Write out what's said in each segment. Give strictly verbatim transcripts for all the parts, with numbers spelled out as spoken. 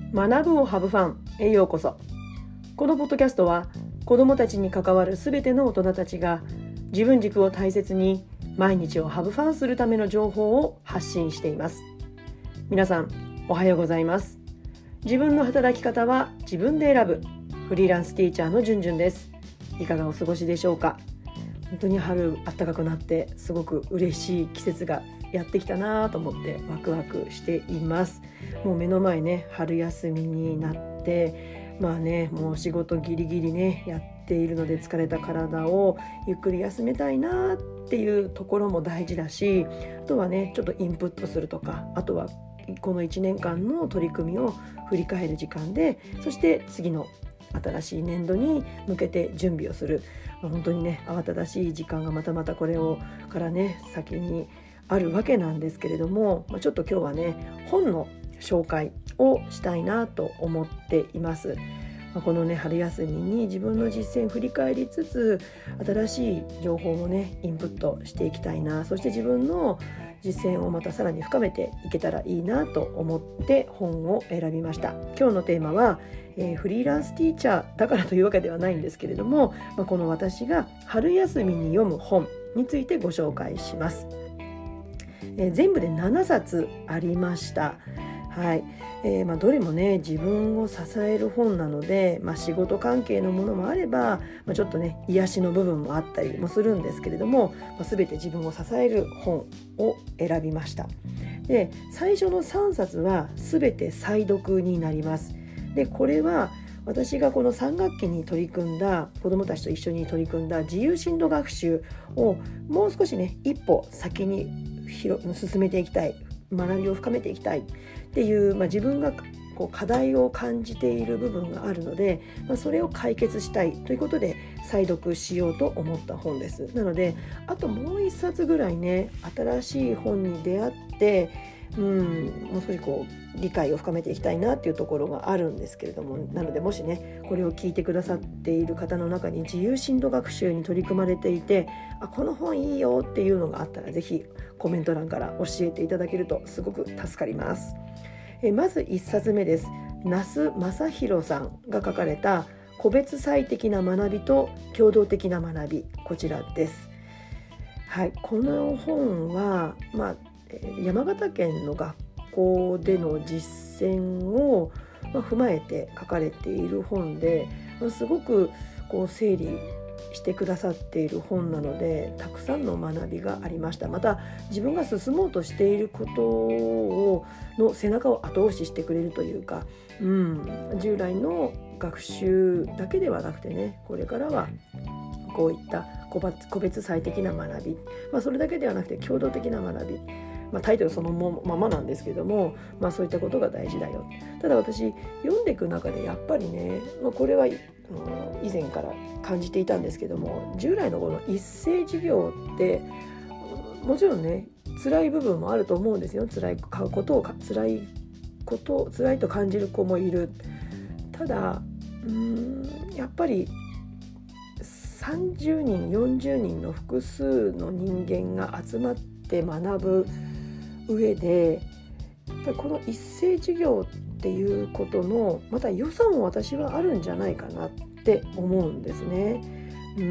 学ぶをハブファンへようこそ。このポッドキャストは子どもたちに関わるすべての大人たちが自分軸を大切に毎日をハブファンするための情報を発信しています。皆さんおはようございます。自分の働き方は自分で選ぶフリーランスティーチャーのじゅんじゅんです。いかがお過ごしでしょうか。本当に春暖かくなってすごく嬉しい季節がやってきたなと思ってワクワクしています。もう目の前ね春休みになってまあねもう仕事ギリギリねやっているので疲れた体をゆっくり休めたいなっていうところも大事だし、あとはねちょっとインプットするとか、あとはこのいちねんかんの取り組みを振り返る時間で、そして次の新しい年度に向けて準備をする、まあ、本当にね慌ただしい時間がまたまたこれをからね先にあるわけなんですけれども、まあ、ちょっと今日はね本の紹介をしたいなと思っています。まあ、このね春休みに自分の実践振り返りつつ新しい情報もねインプットしていきたいな、そして自分の実践をまたさらに深めていけたらいいなと思って本を選びました。今日のテーマは、えー、フリーランスティーチャーだからというわけではないんですけれども、まあ、この私が春休みに読む本についてご紹介します。えー、全部でななさつありました。はい。えーまあ、どれもね自分を支える本なので、まあ、仕事関係のものもあれば、まあ、ちょっとね癒しの部分もあったりもするんですけれども、まあ、全て自分を支える本を選びました。で最初のさんさつは全て再読になります。でこれは私がこのさん学期に取り組んだ子どもたちと一緒に取り組んだ自由進路学習をもう少しね一歩先に進めていきたい、学びを深めていきたいっていう、まあ、自分がこう課題を感じている部分があるので、まあ、それを解決したいということで再読しようと思った本です。なのであともう一冊ぐらいね新しい本に出会ってうんもう少しこう理解を深めていきたいなっていうところがあるんですけれども、なのでもしねこれを聞いてくださっている方の中に自由進路学習に取り組まれていて、あこの本いいよっていうのがあったらぜひコメント欄から教えていただけるとすごく助かります。えまずいっさつめです。那須正弘さんが書かれた個別最適な学びと共同的な学び、こちらです。はい、この本は、まあ、山形県の学校での実践を、まあ、踏まえて書かれている本で、まあ、すごくこう整理してくださっている本なのでたくさんの学びがありました。また自分が進もうとしていることをの背中を後押ししてくれるというか、うん、従来の学習だけではなくてね、これからはこういった個別最適な学び、まあ、それだけではなくて共同的な学び、まあ、タイトルそのままなんですけども、まあ、そういったことが大事だよ。ただ私読んでいく中でやっぱりね、まあ、これは以前から感じていたんですけども、従来のこの一斉授業ってもちろんね辛い部分もあると思うんですよ。辛いことを辛いこと辛いと感じる子もいる。ただうーんやっぱりさんじゅうにんよんじゅうにんの複数の人間が集まって学ぶ上でやっぱりこの一斉授業っていうことのまた良さも私はあるんじゃないかなって思うんですね。うん、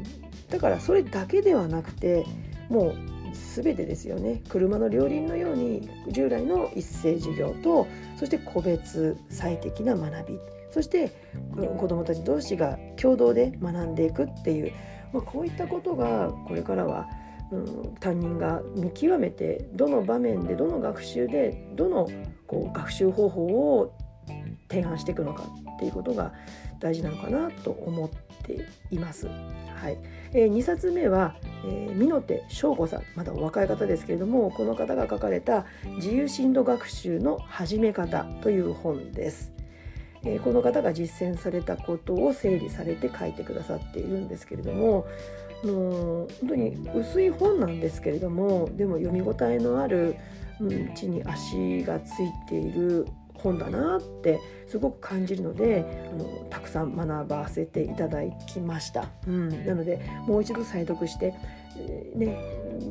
だからそれだけではなくてもう全てですよね。車の両輪のように従来の一斉授業とそして個別最適な学び、そして子どもたち同士が共同で学んでいくっていう、まあ、こういったことがこれからは、うん、担任が見極めてどの場面でどの学習でどのこう学習方法を提案していくのかっていうことが大事なのかなと思っています。はい。えー、にさつめは、えー、美手翔吾さん、まだお若い方ですけれども、この方が書かれた自由進路学習の始め方という本です。えー、この方が実践されたことを整理されて書いてくださっているんですけれども、もう本当に薄い本なんですけれども、でも読み応えのある、うん、地に足がついている本だなってすごく感じるので、あのたくさん学ばせていただきました。うん、なのでもう一度再読して、えーね、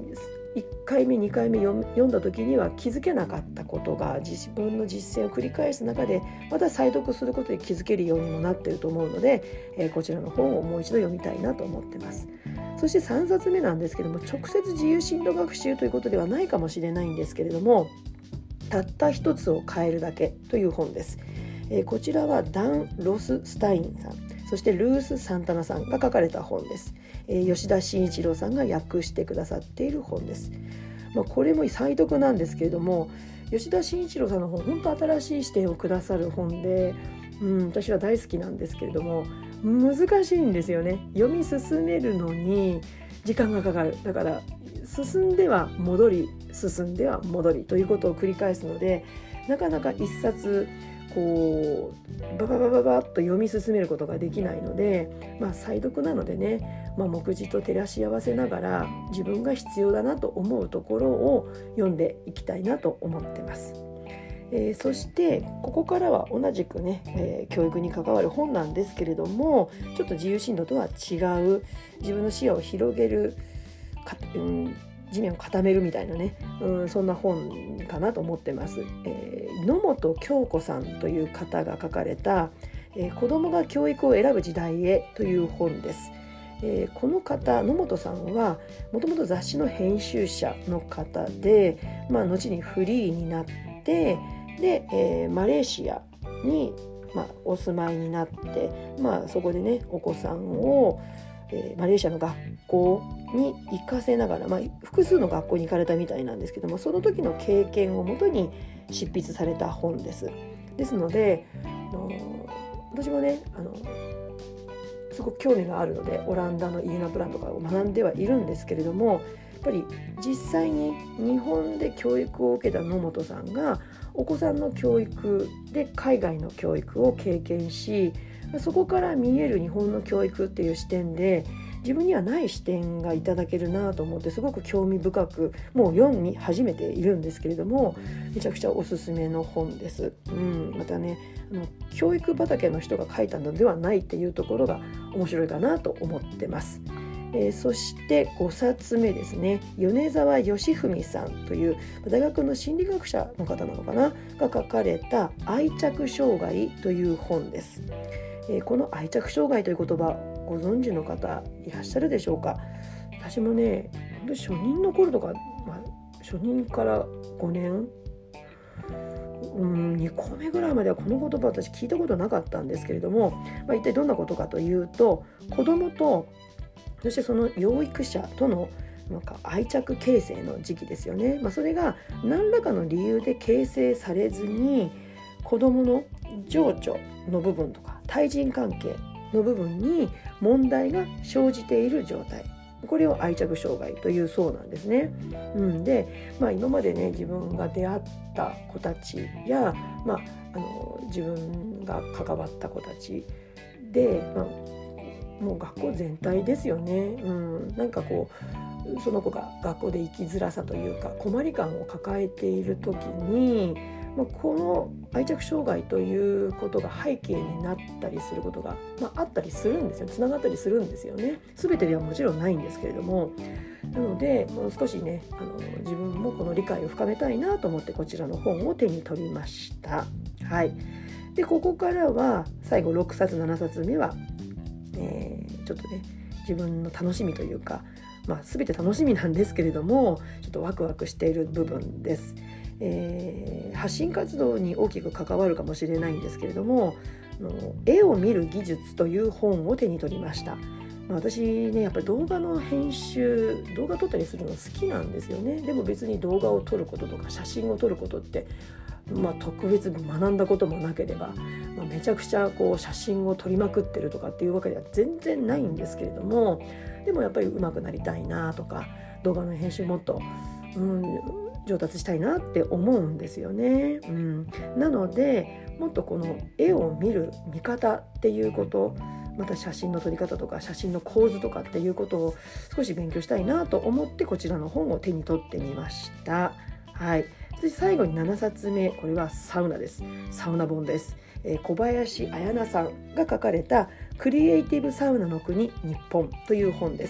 いっかいめにかいめ読んだ時には気づけなかったことが自分の実践を繰り返す中でまた再読することで気づけるようにもなっていると思うので、えー、こちらの本をもう一度読みたいなと思ってます。そしてさんさつめなんですけども、直接自由深度学習ということではないかもしれないんですけれども、たった一つを変えるだけという本です。えー、こちらはダン・ロススタインさん、そしてルース・サンタナさんが書かれた本です。えー、吉田慎一郎さんが訳してくださっている本です。まあ、これも再読なんですけれども、吉田慎一郎さんの本、本当新しい視点をくださる本で、うん、私は大好きなんですけれども、難しいんですよね。読み進めるのに時間がかかる。だから進んでは戻り、進んでは戻りということを繰り返すので、なかなか一冊こうバババババッと読み進めることができないので、まあ、再読なのでね、まあ、目次と照らし合わせながら自分が必要だなと思うところを読んでいきたいなと思ってます。えー、そしてここからは同じくね、えー、教育に関わる本なんですけれども、ちょっと自由深度とは違う自分の視野を広げるか、うん、地面を固めるみたいなね、うん、そんな本かなと思ってます。えー、野本京子さんという方が書かれた、えー、子どもが教育を選ぶ時代へという本です。えー、この方、野本さんはもともと雑誌の編集者の方で、まあ、後にフリーになってで、えー、マレーシアに、まあ、お住まいになって、まあ、そこでねお子さんを、えー、マレーシアの学校に行かせながら、まあ、複数の学校に行かれたみたいなんですけども、その時の経験をもとに執筆された本です。ですので、あの私もねあのすごく興味があるのでオランダのイエナプランとかを学んではいるんですけれども、やっぱり実際に日本で教育を受けた野本さんがお子さんの教育で海外の教育を経験し、そこから見える日本の教育っていう視点で自分にはない視点がいただけるなと思って、すごく興味深くもう読み始めているんですけれども、めちゃくちゃおすすめの本です。うん、またねあの教育畑の人が書いたのではないっていうところが面白いかなと思ってます。えー、そしてごさつめですね、米沢義文さんという大学の心理学者の方なのかなが書かれた愛着障害という本です。えー、この愛着障害という言葉ご存知の方いらっしゃるでしょうか。私もね本当に初任の頃とか、まあ、初任からごねん、うん、にこめぐらいまではこの言葉私聞いたことなかったんですけれども、まあ、一体どんなことかというと、子どもとそしてその養育者とのなんか愛着形成の時期ですよね。まあ、それが何らかの理由で形成されずに子どもの情緒の部分とか対人関係の部分に問題が生じている状態、これを愛着障害というそうなんですね。うん、で、まあ、今までね自分が出会った子たちや、まあ、あの自分が関わった子たちで、まあもう学校全体ですよね。うん、なんかこうその子が学校で生きづらさというか困り感を抱えている時に、まあ、この愛着障害ということが背景になったりすることが、まあ、あったりするんですよ。つながったりするんですよね。全てではもちろんないんですけれども、なのでもう少しねあの自分もこの理解を深めたいなと思ってこちらの本を手に取りました。はい。でここからは最後ろくさつななさつめはえー、ちょっとね自分の楽しみというか、まあ、全て楽しみなんですけれどもちょっとワクワクしている部分です。えー、発信活動に大きく関わるかもしれないんですけれども、あの絵を見る技術という本を手に取りました。まあ、私ねやっぱり動画の編集動画撮ったりするの好きなんですよね。でも別に動画を撮ることとか写真を撮ることってまあ、特別学んだこともなければ、まあ、めちゃくちゃこう写真を撮りまくってるとかっていうわけでは全然ないんですけれども、でもやっぱり上手くなりたいなとか動画の編集もっと、うん、上達したいなって思うんですよね。うん、なのでもっとこの絵を見る見方っていうこと、また写真の撮り方とか写真の構図とかっていうことを少し勉強したいなと思ってこちらの本を手に取ってみました。はい。そして最後にななさつめ、これはサウナです。サウナ本です。えー、小林彩菜さんが書かれたクリエイティブサウナの国日本という本です。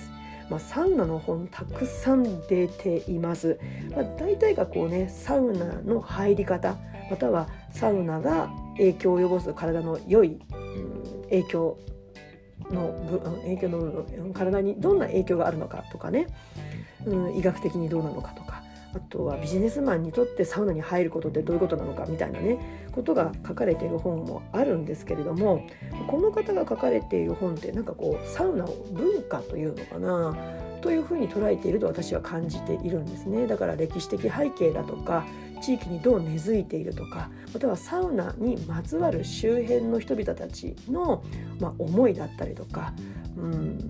まあ、サウナの本たくさん出ています。まあ、大体がこうねサウナの入り方、またはサウナが影響を及ぼす体の良い、うん、影響の部影響の部分、体にどんな影響があるのかとかね、うん、医学的にどうなのかとか、あとはビジネスマンにとってサウナに入ることってどういうことなのかみたいなねことが書かれている本もあるんですけれども、この方が書かれている本ってなんかこうサウナを文化というのかなというふうに捉えていると私は感じているんですね。だから歴史的背景だとか地域にどう根付いているとか、またはサウナにまつわる周辺の人々たちの、まあ、思いだったりとか、うん、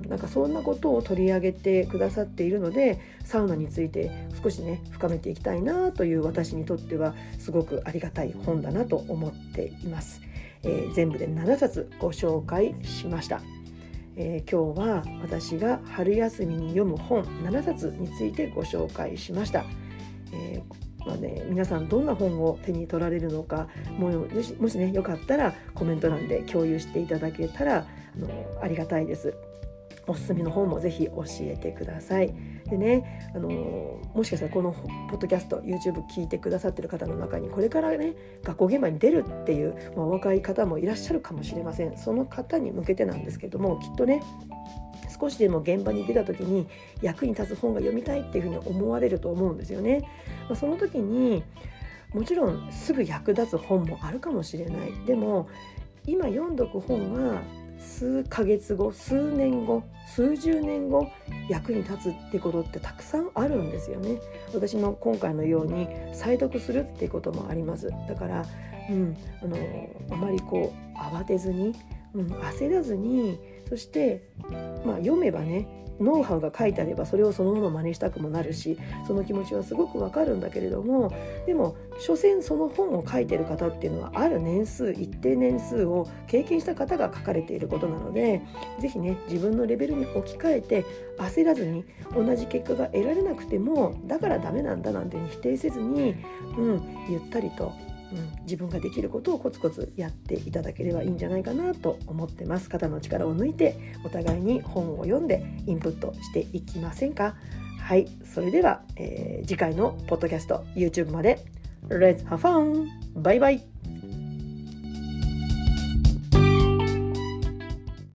なんかそんなことを取り上げてくださっているので、サウナについて少しね深めていきたいなという私にとってはすごくありがたい本だなと思っています。えー、全部でななさつご紹介しました。えー、今日は私が春休みに読む本ななさつについてご紹介しました。えーまあね、皆さんどんな本を手に取られるのか、もし、もしねよかったらコメント欄で共有していただけたら あのありがたいです。おすすめの本もぜひ教えてください。でね、あのもしかしたらこのポッドキャスト YouTube 聞いてくださってる方の中にこれからね学校現場に出るっていう、まあ、お若い方もいらっしゃるかもしれません。その方に向けてなんですけども、きっとね少しでも現場に出た時に役に立つ本が読みたいっていうふうに思われると思うんですよね。まあ、その時にもちろんすぐ役立つ本もあるかもしれない。でも今読んどく本が数ヶ月後、数年後、数十年後役に立つってことってたくさんあるんですよね。私の今回のように再読するっていうこともあります。だから、うん、あのあまりこう慌てずに、うん、焦らずに、そして、まあ、読めばねノウハウが書いてあればそれをそのまま真似したくもなるし、その気持ちはすごくわかるんだけれども、でも所詮その本を書いている方っていうのはある年数、一定年数を経験した方が書かれていることなので、ぜひね自分のレベルに置き換えて焦らずに、同じ結果が得られなくてもだからダメなんだなんて否定せずに、うん、ゆったりとうん、自分ができることをコツコツやっていただければいいんじゃないかなと思ってます。肩の力を抜いてお互いに本を読んでインプットしていきませんか？はい、それでは、えー、次回のポッドキャスト YouTube まで Let's have fun! バイバイ。